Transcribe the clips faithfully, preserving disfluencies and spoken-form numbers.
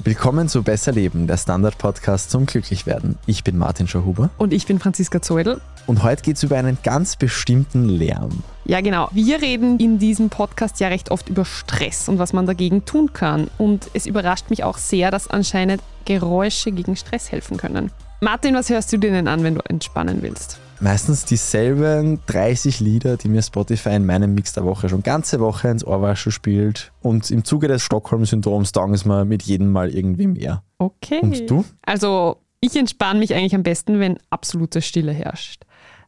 Willkommen zu Besser Leben, der Standard-Podcast zum Glücklichwerden. Ich bin Martin Schauhuber. Und ich bin Franziska Zeudel. Und heute geht es über einen ganz bestimmten Lärm. Ja, genau. Wir reden in diesem Podcast ja recht oft über Stress und was man dagegen tun kann. Und es überrascht mich auch sehr, dass anscheinend Geräusche gegen Stress helfen können. Martin, was hörst du dir denn an, wenn du entspannen willst? Meistens dieselben dreißig Lieder, die mir Spotify in meinem Mix der Woche schon ganze Woche ins Ohrwaschen spielt. Und im Zuge des Stockholm-Syndroms taugen es mir mit jedem Mal irgendwie mehr. Okay. Und du? Also ich entspanne mich eigentlich am besten, wenn absolute Stille herrscht.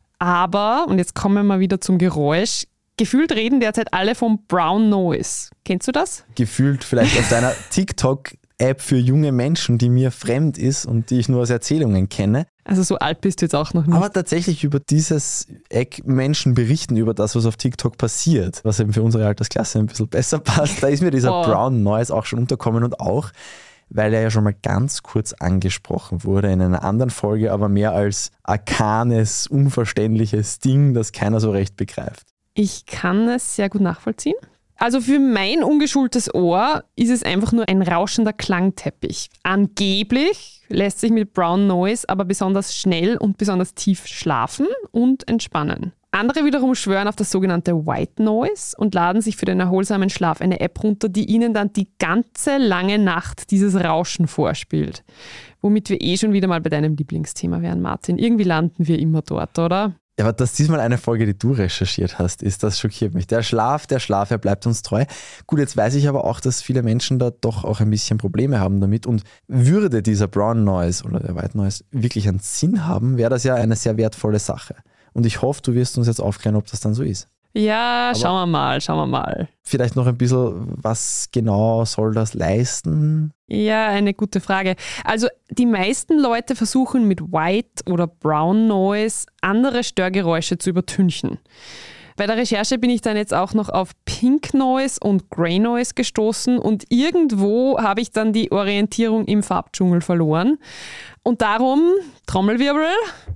Aber, und jetzt kommen wir mal wieder zum Geräusch, gefühlt reden derzeit alle vom Brown Noise. Kennst du das? Gefühlt vielleicht auf deiner TikTok-App für junge Menschen, die mir fremd ist und die ich nur aus Erzählungen kenne. Also so alt bist du jetzt auch noch nicht. Aber tatsächlich über dieses Eck Menschen berichten über das, was auf TikTok passiert, was eben für unsere Altersklasse ein bisschen besser passt. Da ist mir dieser oh. Brown Noise auch schon unterkommen und auch, weil er ja schon mal ganz kurz angesprochen wurde in einer anderen Folge, aber mehr als arkanes, unverständliches Ding, das keiner so recht begreift. Ich kann es sehr gut nachvollziehen. Also für mein ungeschultes Ohr ist es einfach nur ein rauschender Klangteppich. Angeblich lässt sich mit Brown Noise aber besonders schnell und besonders tief schlafen und entspannen. Andere wiederum schwören auf das sogenannte White Noise und laden sich für den erholsamen Schlaf eine App runter, die ihnen dann die ganze lange Nacht dieses Rauschen vorspielt. Womit wir eh schon wieder mal bei deinem Lieblingsthema wären, Martin. Irgendwie landen wir immer dort, oder? Ja, aber dass diesmal eine Folge, die du recherchiert hast, ist, das schockiert mich. Der Schlaf, der Schlaf, er bleibt uns treu. Gut, jetzt weiß ich aber auch, dass viele Menschen da doch auch ein bisschen Probleme haben damit. Und würde dieser Brown Noise oder der White Noise wirklich einen Sinn haben, wäre das ja eine sehr wertvolle Sache. Und ich hoffe, du wirst uns jetzt aufklären, ob das dann so ist. Ja, aber schauen wir mal, schauen wir mal. Vielleicht noch ein bisschen, was genau soll das leisten? Ja, eine gute Frage. Also die meisten Leute versuchen mit White oder Brown Noise andere Störgeräusche zu übertünchen. Bei der Recherche bin ich dann jetzt auch noch auf Pink Noise und Grey Noise gestoßen und irgendwo habe ich dann die Orientierung im Farbdschungel verloren. Und darum, Trommelwirbel,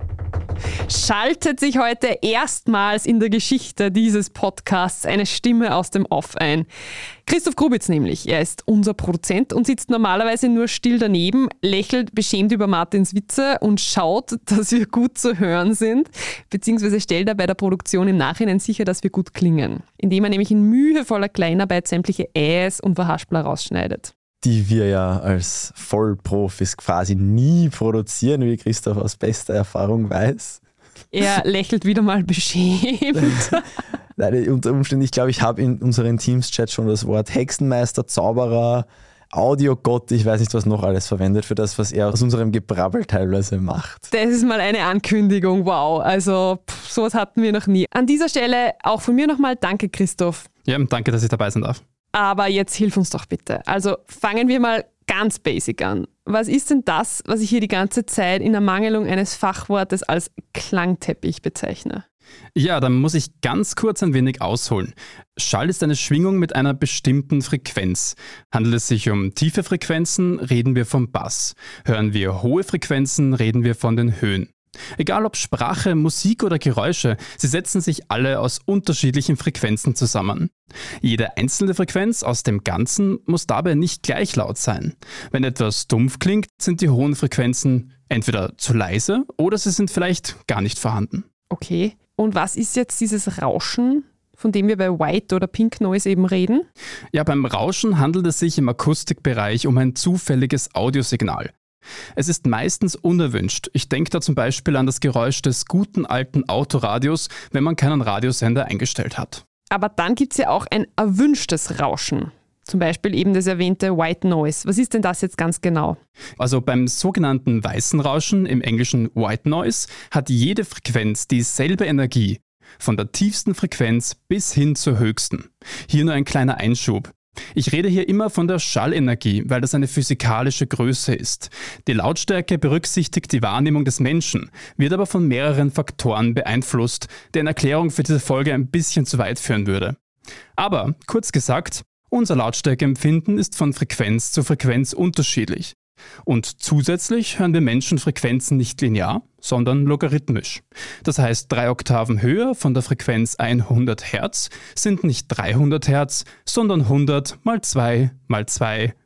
schaltet sich heute erstmals in der Geschichte dieses Podcasts eine Stimme aus dem Off ein. Christoph Grubitz nämlich. Er ist unser Produzent und sitzt normalerweise nur still daneben, lächelt beschämt über Martins Witze und schaut, dass wir gut zu hören sind, beziehungsweise stellt er bei der Produktion im Nachhinein sicher, dass wir gut klingen, indem er nämlich in mühevoller Kleinarbeit sämtliche Äs und Verhaspler rausschneidet. Die wir ja als Vollprofis quasi nie produzieren, wie Christoph aus bester Erfahrung weiß. Er lächelt wieder mal beschämt. Nein, unter Umständen, ich glaube, ich habe in unseren Teams-Chat schon das Wort Hexenmeister, Zauberer, Audiogott, ich weiß nicht, was noch alles verwendet für das, was er aus unserem Gebrabbel teilweise macht. Das ist mal eine Ankündigung, wow. Also pff, sowas hatten wir noch nie. An dieser Stelle auch von mir nochmal danke, Christoph. Ja, danke, dass ich dabei sein darf. Aber jetzt hilf uns doch bitte. Also fangen wir mal ganz basic an. Was ist denn das, was ich hier die ganze Zeit in Ermangelung eines Fachwortes als Klangteppich bezeichne? Ja, dann muss ich ganz kurz ein wenig ausholen. Schall ist eine Schwingung mit einer bestimmten Frequenz. Handelt es sich um tiefe Frequenzen, reden wir vom Bass. Hören wir hohe Frequenzen, reden wir von den Höhen. Egal ob Sprache, Musik oder Geräusche, sie setzen sich alle aus unterschiedlichen Frequenzen zusammen. Jede einzelne Frequenz aus dem Ganzen muss dabei nicht gleich laut sein. Wenn etwas dumpf klingt, sind die hohen Frequenzen entweder zu leise oder sie sind vielleicht gar nicht vorhanden. Okay, und was ist jetzt dieses Rauschen, von dem wir bei White oder Pink Noise eben reden? Ja, beim Rauschen handelt es sich im Akustikbereich um ein zufälliges Audiosignal. Es ist meistens unerwünscht. Ich denke da zum Beispiel an das Geräusch des guten alten Autoradios, wenn man keinen Radiosender eingestellt hat. Aber dann gibt es ja auch ein erwünschtes Rauschen. Zum Beispiel eben das erwähnte White Noise. Was ist denn das jetzt ganz genau? Also beim sogenannten weißen Rauschen, im Englischen White Noise, hat jede Frequenz dieselbe Energie. Von der tiefsten Frequenz bis hin zur höchsten. Hier nur ein kleiner Einschub. Ich rede hier immer von der Schallenergie, weil das eine physikalische Größe ist. Die Lautstärke berücksichtigt die Wahrnehmung des Menschen, wird aber von mehreren Faktoren beeinflusst, deren Erklärung für diese Folge ein bisschen zu weit führen würde. Aber, kurz gesagt, unser Lautstärkeempfinden ist von Frequenz zu Frequenz unterschiedlich. Und zusätzlich hören wir Menschen Frequenzen nicht linear, sondern logarithmisch. Das heißt, drei Oktaven höher von der Frequenz hundert Hertz sind nicht dreihundert Hertz, sondern hundert mal zwei mal zwei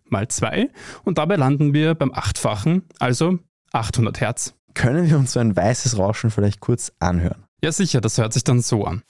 mal zwei und dabei landen wir beim Achtfachen, also achthundert Hertz. Können wir uns so ein weißes Rauschen vielleicht kurz anhören? Ja sicher, das hört sich dann so an.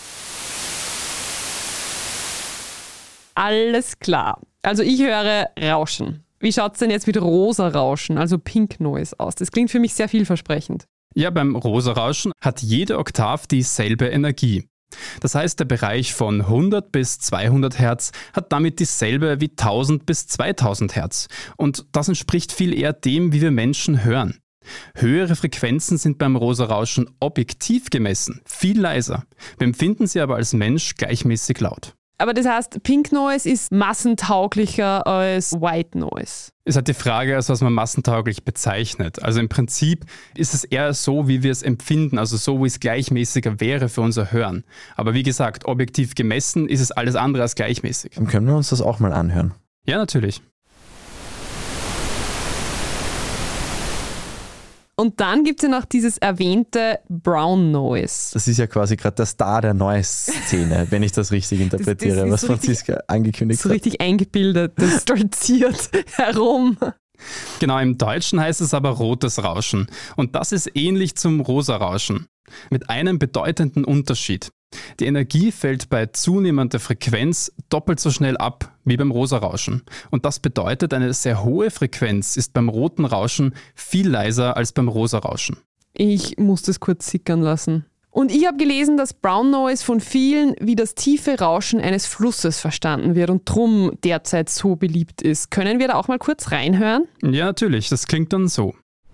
Alles klar. Also ich höre Rauschen. Wie schaut es denn jetzt mit rosa Rauschen, also Pink Noise aus? Das klingt für mich sehr vielversprechend. Ja, beim rosa Rauschen hat jede Oktav dieselbe Energie. Das heißt, der Bereich von hundert bis zweihundert Hertz hat damit dieselbe wie tausend bis zweitausend Hertz. Und das entspricht viel eher dem, wie wir Menschen hören. Höhere Frequenzen sind beim rosa Rauschen objektiv gemessen viel leiser. Wir empfinden sie aber als Mensch gleichmäßig laut. Aber das heißt, Pink Noise ist massentauglicher als White Noise. Es hat die Frage, als was man massentauglich bezeichnet. Also im Prinzip ist es eher so, wie wir es empfinden, also so, wie es gleichmäßiger wäre für unser Hören. Aber wie gesagt, objektiv gemessen ist es alles andere als gleichmäßig. Dann können wir uns das auch mal anhören. Ja, natürlich. Und dann gibt es ja noch dieses erwähnte Brown Noise. Das ist ja quasi gerade der Star der Noise-Szene, wenn ich das richtig interpretiere, das, das was so Franziska richtig, angekündigt so hat. So richtig eingebildet, das stolziert herum. Genau, im Deutschen heißt es aber rotes Rauschen. Und das ist ähnlich zum rosa Rauschen. Mit einem bedeutenden Unterschied. Die Energie fällt bei zunehmender Frequenz doppelt so schnell ab wie beim rosa Rauschen. Und das bedeutet, eine sehr hohe Frequenz ist beim roten Rauschen viel leiser als beim rosa Rauschen. Ich muss das kurz sickern lassen. Und ich habe gelesen, dass Brown Noise von vielen wie das tiefe Rauschen eines Flusses verstanden wird und drum derzeit so beliebt ist. Können wir da auch mal kurz reinhören? Ja, natürlich. Das klingt dann so.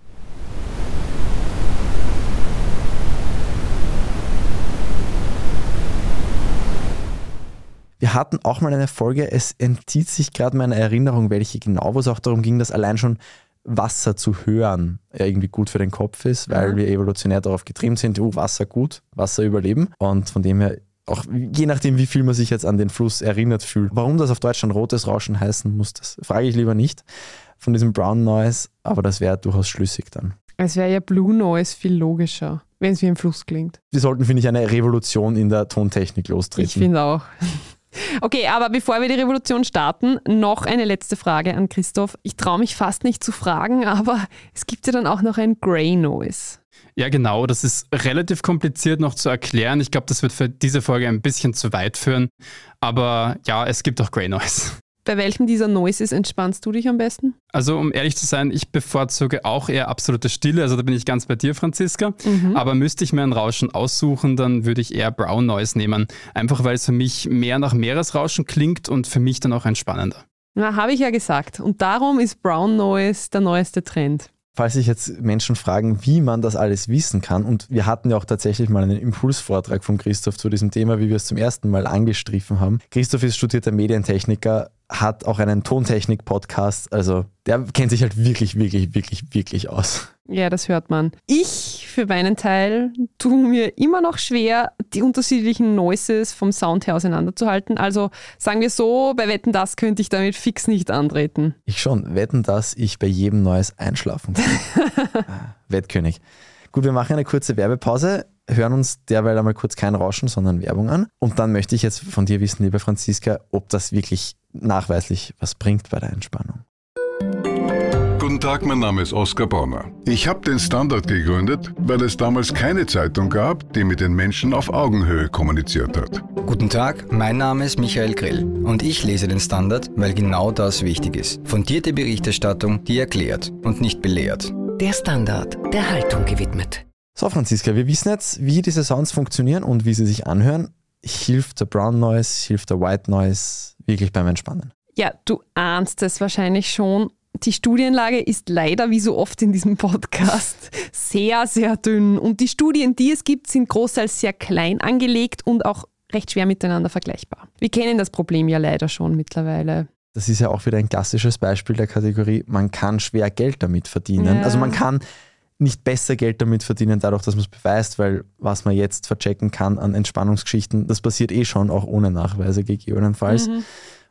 Wir hatten auch mal eine Folge, es entzieht sich gerade meiner Erinnerung, welche genau, wo es auch darum ging, dass allein schon Wasser zu hören irgendwie gut für den Kopf ist, weil ja. wir evolutionär darauf getrimmt sind, oh, Wasser gut, Wasser überleben. Und von dem her, auch je nachdem, wie viel man sich jetzt an den Fluss erinnert fühlt. Warum das auf Deutsch dann rotes Rauschen heißen muss, das frage ich lieber nicht von diesem Brown Noise, aber das wäre durchaus schlüssig dann. Es wäre ja Blue Noise viel logischer, wenn es wie ein Fluss klingt. Wir sollten, finde ich, eine Revolution in der Tontechnik lostreten. Ich finde auch. Okay, aber bevor wir die Revolution starten, noch eine letzte Frage an Christoph. Ich traue mich fast nicht zu fragen, aber es gibt ja dann auch noch ein Grey Noise. Ja genau, das ist relativ kompliziert noch zu erklären. Ich glaube, das wird für diese Folge ein bisschen zu weit führen. Aber ja, es gibt auch Grey Noise. Bei welchem dieser Noises entspannst du dich am besten? Also um ehrlich zu sein, ich bevorzuge auch eher absolute Stille, also da bin ich ganz bei dir, Franziska. Mhm. Aber müsste ich mir ein Rauschen aussuchen, dann würde ich eher Brown Noise nehmen. Einfach weil es für mich mehr nach Meeresrauschen klingt und für mich dann auch entspannender. Na, habe ich ja gesagt. Und darum ist Brown Noise der neueste Trend. Falls sich jetzt Menschen fragen, wie man das alles wissen kann, und wir hatten ja auch tatsächlich mal einen Impulsvortrag von Christoph zu diesem Thema, wie wir es zum ersten Mal angestriffen haben. Christoph ist studierter Medientechniker, hat auch einen Tontechnik-Podcast, also der kennt sich halt wirklich, wirklich, wirklich, wirklich aus. Ja, das hört man. Ich für meinen Teil tue mir immer noch schwer, die unterschiedlichen Noises vom Sound her auseinanderzuhalten. Also sagen wir so, bei Wetten, das könnte ich damit fix nicht antreten. Ich schon. Wetten, dass ich bei jedem Noise einschlafen kann. Wettkönig. Gut, wir machen eine kurze Werbepause, hören uns derweil einmal kurz kein Rauschen, sondern Werbung an. Und dann möchte ich jetzt von dir wissen, liebe Franziska, ob das wirklich nachweislich was bringt bei der Entspannung. Guten Tag, mein Name ist Oskar Bonner. Ich habe den Standard gegründet, weil es damals keine Zeitung gab, die mit den Menschen auf Augenhöhe kommuniziert hat. Guten Tag, mein Name ist Michael Grill und ich lese den Standard, weil genau das wichtig ist. Fundierte Berichterstattung, die erklärt und nicht belehrt. Der Standard, der Haltung gewidmet. So, Franziska, wir wissen jetzt, wie diese Sounds funktionieren und wie sie sich anhören. Hilft der Brown Noise, hilft der White Noise wirklich beim Entspannen? Ja, du ahnst es wahrscheinlich schon. Die Studienlage ist leider, wie so oft in diesem Podcast, sehr, sehr dünn. Und die Studien, die es gibt, sind großteils sehr klein angelegt und auch recht schwer miteinander vergleichbar. Wir kennen das Problem ja leider schon mittlerweile. Das ist ja auch wieder ein klassisches Beispiel der Kategorie, man kann schwer Geld damit verdienen. Ja. Also man kann nicht besser Geld damit verdienen, dadurch, dass man es beweist, weil was man jetzt verchecken kann an Entspannungsgeschichten, das passiert eh schon, auch ohne Nachweise gegebenenfalls. Mhm.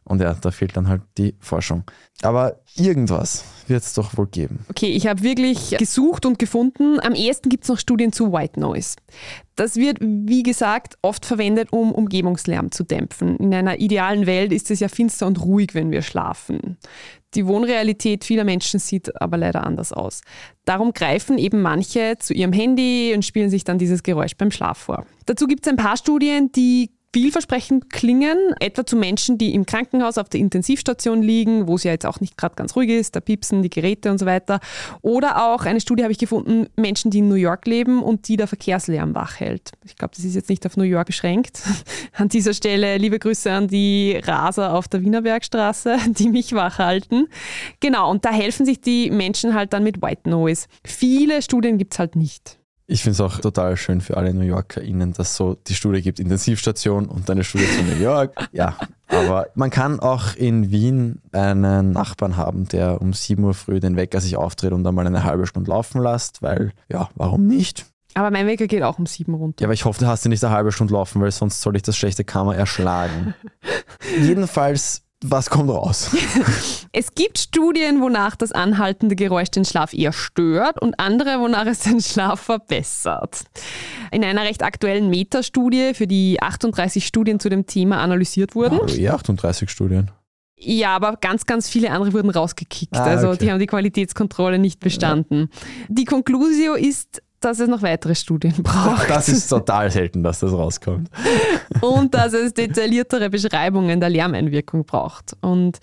Und ja, da fehlt dann halt die Forschung. Aber irgendwas wird es doch wohl geben. Okay, ich habe wirklich gesucht und gefunden. Am ehesten gibt es noch Studien zu White Noise. Das wird, wie gesagt, oft verwendet, um Umgebungslärm zu dämpfen. In einer idealen Welt ist es ja finster und ruhig, wenn wir schlafen. Die Wohnrealität vieler Menschen sieht aber leider anders aus. Darum greifen eben manche zu ihrem Handy und spielen sich dann dieses Geräusch beim Schlaf vor. Dazu gibt es ein paar Studien, die vielversprechend klingen, etwa zu Menschen, die im Krankenhaus auf der Intensivstation liegen, wo es ja jetzt auch nicht gerade ganz ruhig ist, da piepsen die Geräte und so weiter. Oder auch eine Studie habe ich gefunden, Menschen, die in New York leben und die der Verkehrslärm wach hält. Ich glaube, das ist jetzt nicht auf New York beschränkt. An dieser Stelle liebe Grüße an die Raser auf der Wienerbergstraße, die mich wach halten. Genau, und da helfen sich die Menschen halt dann mit White Noise. Viele Studien gibt es halt nicht. Ich finde es auch total schön für alle New YorkerInnen, dass es so die Studie gibt, Intensivstation und eine Studie zu New York. Ja, aber man kann auch in Wien einen Nachbarn haben, der um sieben Uhr früh den Wecker sich aufdreht und dann mal eine halbe Stunde laufen lässt, weil, ja, warum nicht? Aber mein Wecker geht auch um sieben runter. Ja, aber ich hoffe, du hast ihn nicht eine halbe Stunde laufen, weil sonst soll ich das schlechte Karma erschlagen. Jedenfalls, was kommt raus? Es gibt Studien, wonach das anhaltende Geräusch den Schlaf eher stört und andere, wonach es den Schlaf verbessert. In einer recht aktuellen Metastudie, für die achtunddreißig Studien zu dem Thema analysiert wurden. Oh, eh achtunddreißig Studien. Ja, aber ganz, ganz viele andere wurden rausgekickt. Ah, also okay. die haben die Qualitätskontrolle nicht bestanden. Ja. Die Conclusio ist, dass es noch weitere Studien braucht. Das ist total selten, dass das rauskommt. Und dass es detailliertere Beschreibungen der Lärmeinwirkung braucht. Und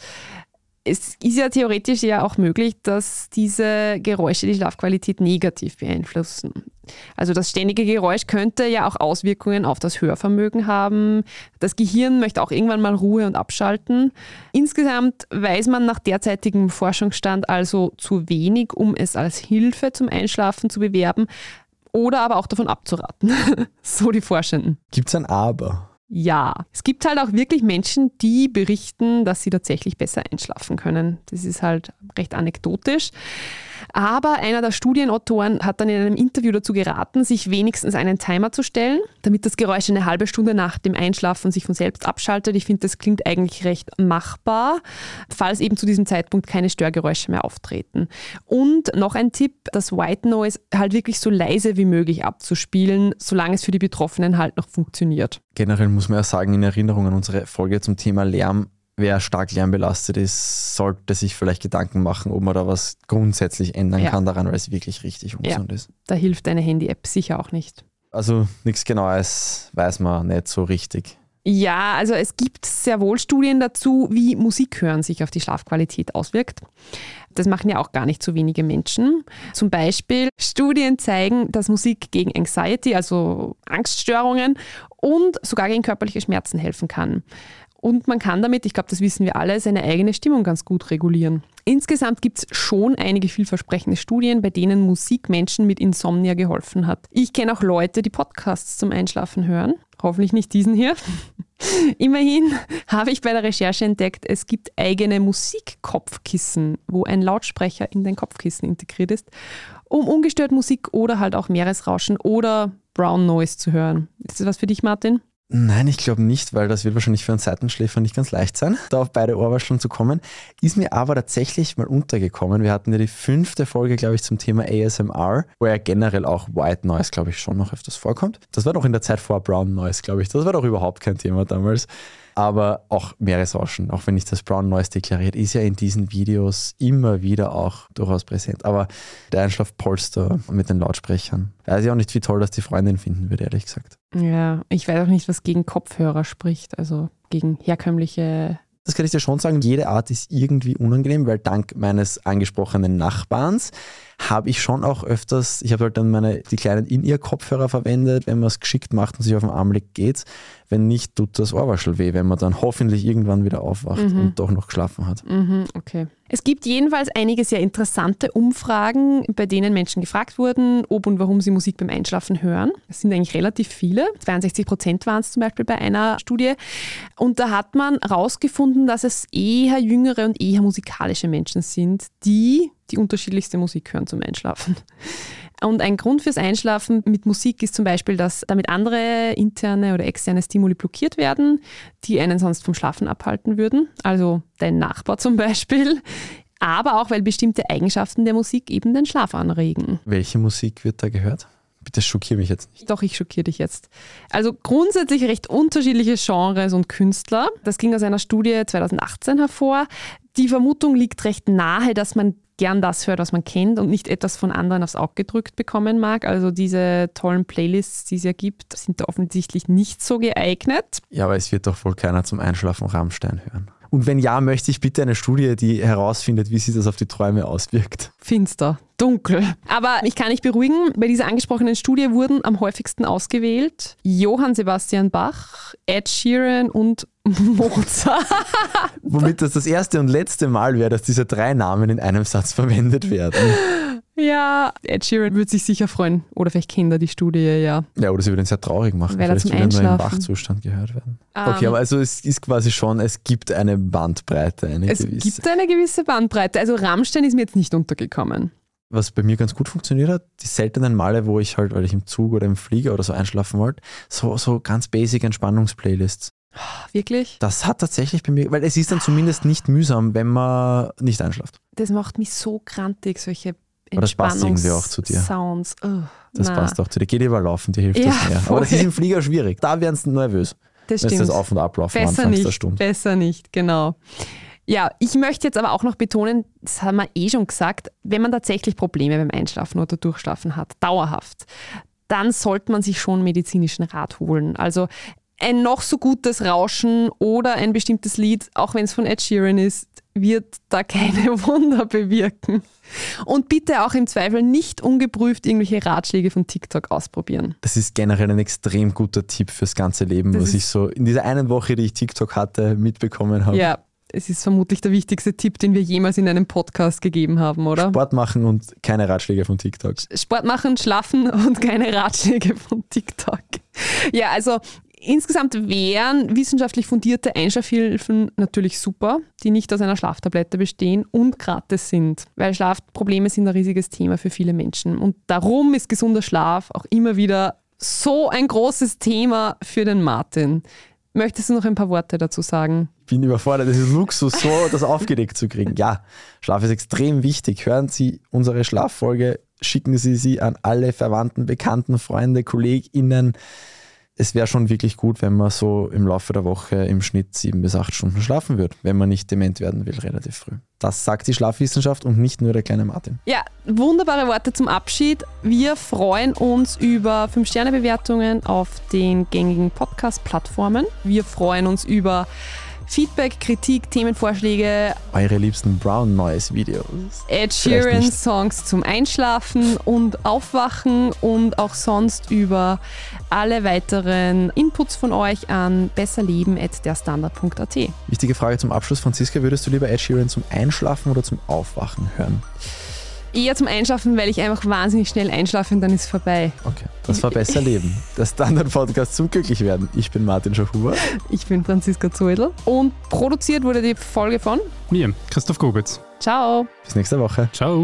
es ist ja theoretisch ja auch möglich, dass diese Geräusche die Schlafqualität negativ beeinflussen. Also das ständige Geräusch könnte ja auch Auswirkungen auf das Hörvermögen haben. Das Gehirn möchte auch irgendwann mal Ruhe und abschalten. Insgesamt weiß man nach derzeitigem Forschungsstand also zu wenig, um es als Hilfe zum Einschlafen zu bewerben oder aber auch davon abzuraten. So die Forschenden. Gibt es ein Aber? Ja, es gibt halt auch wirklich Menschen, die berichten, dass sie tatsächlich besser einschlafen können. Das ist halt recht anekdotisch. Aber einer der Studienautoren hat dann in einem Interview dazu geraten, sich wenigstens einen Timer zu stellen, damit das Geräusch eine halbe Stunde nach dem Einschlafen sich von selbst abschaltet. Ich finde, das klingt eigentlich recht machbar, falls eben zu diesem Zeitpunkt keine Störgeräusche mehr auftreten. Und noch ein Tipp, das White Noise halt wirklich so leise wie möglich abzuspielen, solange es für die Betroffenen halt noch funktioniert. Generell muss man ja sagen, in Erinnerung an unsere Folge zum Thema Lärm, wer stark lärmbelastet ist, sollte sich vielleicht Gedanken machen, ob man da was grundsätzlich ändern ja. kann daran, weil es wirklich richtig ungesund ja. ist. Da hilft eine Handy-App sicher auch nicht. Also nichts Genaues weiß man nicht so richtig. Ja, also es gibt sehr wohl Studien dazu, wie Musik hören sich auf die Schlafqualität auswirkt. Das machen ja auch gar nicht so wenige Menschen. Zum Beispiel Studien zeigen, dass Musik gegen Anxiety, also Angststörungen und sogar gegen körperliche Schmerzen helfen kann. Und man kann damit, ich glaube, das wissen wir alle, seine eigene Stimmung ganz gut regulieren. Insgesamt gibt es schon einige vielversprechende Studien, bei denen Musik Menschen mit Insomnia geholfen hat. Ich kenne auch Leute, die Podcasts zum Einschlafen hören. Hoffentlich nicht diesen hier. Immerhin habe ich bei der Recherche entdeckt, es gibt eigene Musikkopfkissen, wo ein Lautsprecher in dein Kopfkissen integriert ist, um ungestört Musik oder halt auch Meeresrauschen oder Brown Noise zu hören. Ist das was für dich, Martin? Nein, ich glaube nicht, weil das wird wahrscheinlich für einen Seitenschläfer nicht ganz leicht sein, da auf beide Ohrwascheln zu kommen. Ist mir aber tatsächlich mal untergekommen. Wir hatten ja die fünfte Folge, glaube ich, zum Thema A S M R, wo ja generell auch White Noise, glaube ich, schon noch öfters vorkommt. Das war doch in der Zeit vor Brown Noise, glaube ich. Das war doch überhaupt kein Thema damals. Aber auch Meeresrauschen, auch wenn nicht das Brown Noise deklariert, ist ja in diesen Videos immer wieder auch durchaus präsent. Aber der Einschlafpolster mit den Lautsprechern, weiß ich auch nicht, wie toll das die Freundin finden würde, ehrlich gesagt. Ja, ich weiß auch nicht, was gegen Kopfhörer spricht, also gegen herkömmliche... Das kann ich dir schon sagen, jede Art ist irgendwie unangenehm, weil dank meines angesprochenen Nachbarns habe ich schon auch öfters, ich habe halt dann meine, die kleinen In-Ear-Kopfhörer verwendet, wenn man es geschickt macht und sich auf den Arm legt, geht's. Wenn nicht, tut das Ohrwaschel weh, wenn man dann hoffentlich irgendwann wieder aufwacht mhm. und doch noch geschlafen hat. Mhm, okay. Es gibt jedenfalls einige sehr interessante Umfragen, bei denen Menschen gefragt wurden, ob und warum sie Musik beim Einschlafen hören. Es sind eigentlich relativ viele. zweiundsechzig Prozent waren es zum Beispiel bei einer Studie. Und da hat man herausgefunden, dass es eher jüngere und eher musikalische Menschen sind, die die unterschiedlichste Musik hören zum Einschlafen. Und ein Grund fürs Einschlafen mit Musik ist zum Beispiel, dass damit andere interne oder externe Stimuli blockiert werden, die einen sonst vom Schlafen abhalten würden. Also dein Nachbar zum Beispiel. Aber auch, weil bestimmte Eigenschaften der Musik eben den Schlaf anregen. Welche Musik wird da gehört? Bitte schockiere mich jetzt nicht. Doch, ich schockiere dich jetzt. Also grundsätzlich recht unterschiedliche Genres und Künstler. Das ging aus einer Studie zwanzig achtzehn hervor. Die Vermutung liegt recht nahe, dass man gern das hört, was man kennt und nicht etwas von anderen aufs Auge gedrückt bekommen mag. Also diese tollen Playlists, die es ja gibt, sind da offensichtlich nicht so geeignet. Ja, aber es wird doch wohl keiner zum Einschlafen Rammstein hören. Und wenn ja, möchte ich bitte eine Studie, die herausfindet, wie sich das auf die Träume auswirkt. Finster, dunkel. Aber ich kann dich beruhigen, bei dieser angesprochenen Studie wurden am häufigsten ausgewählt Johann Sebastian Bach, Ed Sheeran und Mozart. Womit das das erste und letzte Mal wäre, dass diese drei Namen in einem Satz verwendet werden. Ja, Ed Sheeran würde sich sicher freuen. Oder vielleicht Kinder, die Studie, ja. Ja, oder sie würde ihn sehr traurig machen. Weil er vielleicht zum würde er nur im Einschlafen. Wachzustand gehört werden. Um, Okay, aber also es ist quasi schon, es gibt eine Bandbreite, eine es gewisse. gibt eine gewisse Bandbreite. Also Rammstein ist mir jetzt nicht untergekommen. Was bei mir ganz gut funktioniert hat, die seltenen Male, wo ich halt, weil ich im Zug oder im Flieger oder so einschlafen wollte, so, so ganz basic Entspannungsplaylists. Wirklich? Das hat tatsächlich bei mir, weil es ist dann zumindest nicht mühsam, wenn man nicht einschlaft. Das macht mich so grantig, solche Aber das passt irgendwie auch zu dir. Sounds. Oh, Das na. passt auch zu dir. Geht überlaufen, dir hilft Ja, das mehr. voll. Aber das ist im Flieger schwierig. Da werden sie nervös, Das wenn sie stimmt. das Auf- und Ablaufen Besser anfangs der nicht, Stunde. besser nicht, genau. Ja, ich möchte jetzt aber auch noch betonen, das haben wir eh schon gesagt, wenn man tatsächlich Probleme beim Einschlafen oder Durchschlafen hat, dauerhaft, dann sollte man sich schon medizinischen Rat holen. Also ein noch so gutes Rauschen oder ein bestimmtes Lied, auch wenn es von Ed Sheeran ist, wird da keine Wunder bewirken. Und bitte auch im Zweifel nicht ungeprüft irgendwelche Ratschläge von TikTok ausprobieren. Das ist generell ein extrem guter Tipp fürs ganze Leben, Das was ist- ich so in dieser einen Woche, die ich TikTok hatte, mitbekommen habe. Ja, es ist vermutlich der wichtigste Tipp, den wir jemals in einem Podcast gegeben haben, oder? Sport machen und keine Ratschläge von TikTok. Sport machen, schlafen und keine Ratschläge von TikTok. Ja, also insgesamt wären wissenschaftlich fundierte Einschlafhilfen natürlich super, die nicht aus einer Schlaftablette bestehen und gratis sind, weil Schlafprobleme sind ein riesiges Thema für viele Menschen. Und darum ist gesunder Schlaf auch immer wieder so ein großes Thema für den Martin. Möchtest du noch ein paar Worte dazu sagen? Bin überfordert, das ist Luxus, so das aufgedeckt zu kriegen. Ja, Schlaf ist extrem wichtig. Hören Sie unsere Schlaffolge, schicken Sie sie an alle Verwandten, Bekannten, Freunde, KollegInnen. Es wäre schon wirklich gut, wenn man so im Laufe der Woche im Schnitt sieben bis acht Stunden schlafen würde, wenn man nicht dement werden will, relativ früh. Das sagt die Schlafwissenschaft und nicht nur der kleine Martin. Ja, wunderbare Worte zum Abschied. Wir freuen uns über fünf Sterne Bewertungen auf den gängigen Podcast-Plattformen. Wir freuen uns über Feedback, Kritik, Themenvorschläge, Eure liebsten Brown Noise Videos. Ed Vielleicht Sheeran nicht. Songs zum Einschlafen und Aufwachen und auch sonst über alle weiteren Inputs von euch an besserleben at derstandard punkt a t. Wichtige Frage zum Abschluss, Franziska, würdest du lieber Ed Sheeran zum Einschlafen oder zum Aufwachen hören? Eher zum Einschlafen, weil ich einfach wahnsinnig schnell einschlafe und dann ist es vorbei. Okay, das war besser Leben. Der Standard-Podcast zum Glücklichwerden. Ich bin Martin Schachhuber. Ich bin Franziska Zoedl und produziert wurde die Folge von Mir, Christoph Gogutz. Ciao. Bis nächste Woche. Ciao.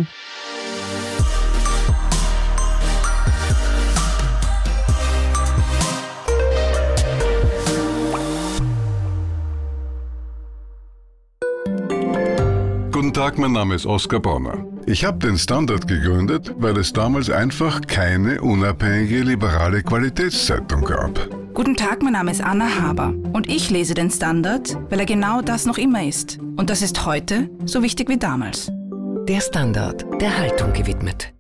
Guten Tag, mein Name ist Oskar Bonner. Ich habe den Standard gegründet, weil es damals einfach keine unabhängige liberale Qualitätszeitung gab. Guten Tag, mein Name ist Anna Haber und ich lese den Standard, weil er genau das noch immer ist. Und das ist heute so wichtig wie damals. Der Standard, der Haltung gewidmet.